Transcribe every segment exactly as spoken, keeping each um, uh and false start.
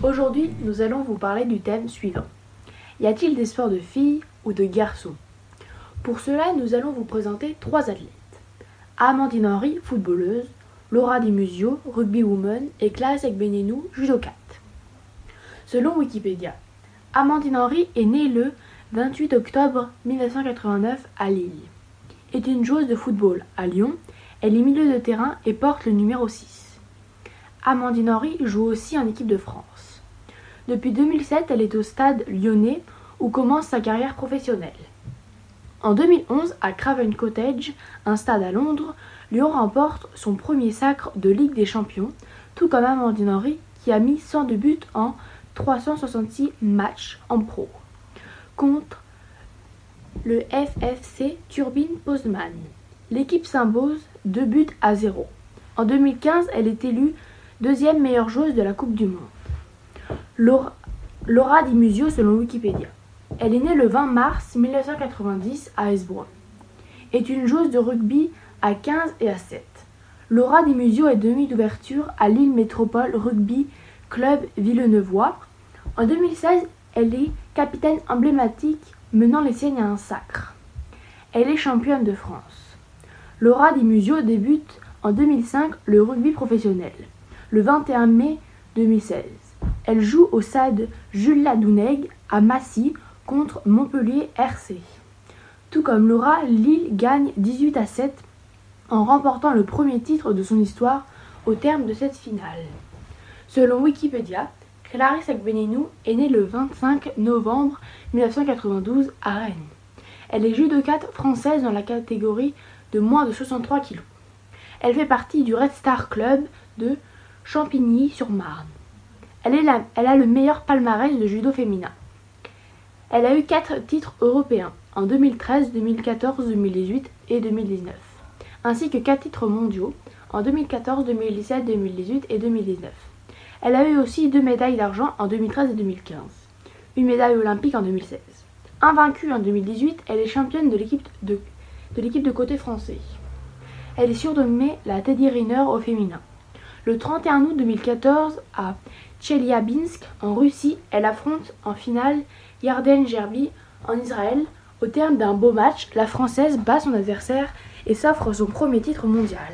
Aujourd'hui, nous allons vous parler du thème suivant. Y a-t-il des sports de filles ou de garçons? Pour cela, nous allons vous présenter trois athlètes. Amandine Henry, footballeuse, Laura Di Musio, rugby woman et Clarisse Agbenienou, judokate. Selon Wikipédia, Amandine Henry est née le vingt-huit octobre mille neuf cent quatre-vingt-neuf à Lille. Est une joueuse de football à Lyon, elle est milieu de terrain et porte le numéro six. Amandine Henry joue aussi en équipe de France. Depuis deux mille sept, elle est au Stade lyonnais où commence sa carrière professionnelle. En deux mille onze, à Craven Cottage, un stade à Londres, Lyon remporte son premier sacre de Ligue des Champions, tout comme Amandine Henry qui a mis cent deux buts en trois cent soixante-six matchs en pro, contre le F F C Turbine Poznań. L'équipe s'impose deux buts à zéro. En deux mille quinze, elle est élue deuxième meilleure joueuse de la Coupe du Monde. Laura, Laura Di Musio selon Wikipédia. Elle est née le vingt mars mille neuf cent quatre-vingt-dix à Hesbroek. Est une joueuse de rugby à quinze et à sept. Laura Di Musio est demi d'ouverture à Lille Métropole Rugby Club Villeneuvois. En deux mille seize, elle est capitaine emblématique menant les siennes à un sacre. Elle est championne de France. Laura Di Musio débute en deux mille cinq le rugby professionnel, le vingt et un mai deux mille seize. Elle joue au stade Jules Ladouneg à Massy contre Montpellier R C. Tout comme Laura, Lille gagne dix-huit à sept en remportant le premier titre de son histoire au terme de cette finale. Selon Wikipédia, Clarisse Agbenienou est née le vingt-cinq novembre mille neuf cent quatre-vingt-douze à Rennes. Elle est judokate française dans la catégorie de moins de soixante-trois kilos. Elle fait partie du Red Star Club de Champigny-sur-Marne. Elle, est la, elle a le meilleur palmarès de judo féminin. Elle a eu quatre titres européens en deux mille treize, deux mille quatorze, deux mille dix-huit et deux mille dix-neuf, ainsi que quatre titres mondiaux en deux mille quatorze, deux mille dix-sept, deux mille dix-huit et deux mille dix-neuf. Elle a eu aussi deux médailles d'argent en deux mille treize et deux mille quinze, une médaille olympique en deux mille seize. Invaincue en deux mille dix-huit, elle est championne de l'équipe de, de l'équipe de côté français. Elle est surnommée la Teddy Riner au féminin. Le trente et un août deux mille quatorze, à Tcheliabinsk, en Russie, elle affronte en finale Yarden Gerbi en Israël. Au terme d'un beau match, la Française bat son adversaire et s'offre son premier titre mondial.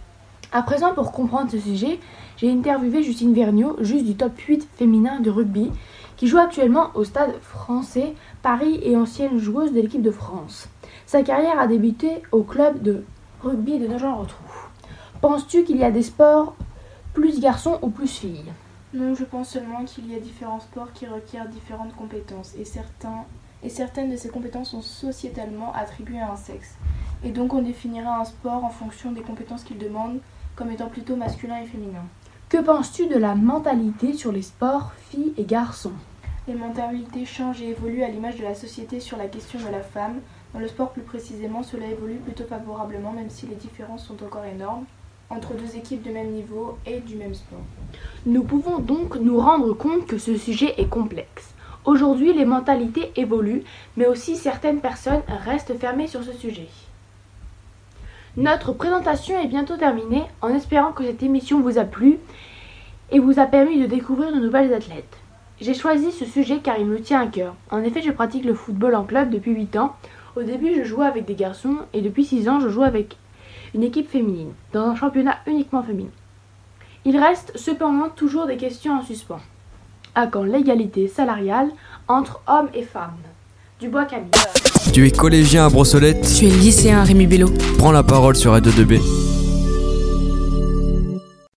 À présent, pour comprendre ce sujet, j'ai interviewé Justine Vergniaud, juge du top huit féminin de rugby, qui joue actuellement au Stade français Paris et ancienne joueuse de l'équipe de France. Sa carrière a débuté au club de rugby de Nogent-le-Rotrou. Penses-tu qu'il y a des sports plus garçons ou plus filles? Non, je pense seulement qu'il y a différents sports qui requièrent différentes compétences et, certains, et certaines de ces compétences sont sociétalement attribuées à un sexe. Et donc on définira un sport en fonction des compétences qu'il demande comme étant plutôt masculin et féminin. Que penses-tu de la mentalité sur les sports filles et garçons? Les mentalités changent et évoluent à l'image de la société sur la question de la femme. Dans le sport plus précisément, cela évolue plutôt favorablement même si les différences sont encore énormes entre deux équipes de même niveau et du même sport. Nous pouvons donc nous rendre compte que ce sujet est complexe. Aujourd'hui, les mentalités évoluent, mais aussi certaines personnes restent fermées sur ce sujet. Notre présentation est bientôt terminée, en espérant que cette émission vous a plu et vous a permis de découvrir de nouvelles athlètes. J'ai choisi ce sujet car il me tient à cœur. En effet, je pratique le football en club depuis huit ans. Au début, je jouais avec des garçons et depuis six ans, je joue avec une équipe féminine, dans un championnat uniquement féminin. Il reste cependant toujours des questions en suspens. À quand l'égalité salariale entre hommes et femmes? Dubois Camille. Tu es collégien à Brossolette. Tu es lycéen à Rémi Bello. Prends la parole sur R deux deux B.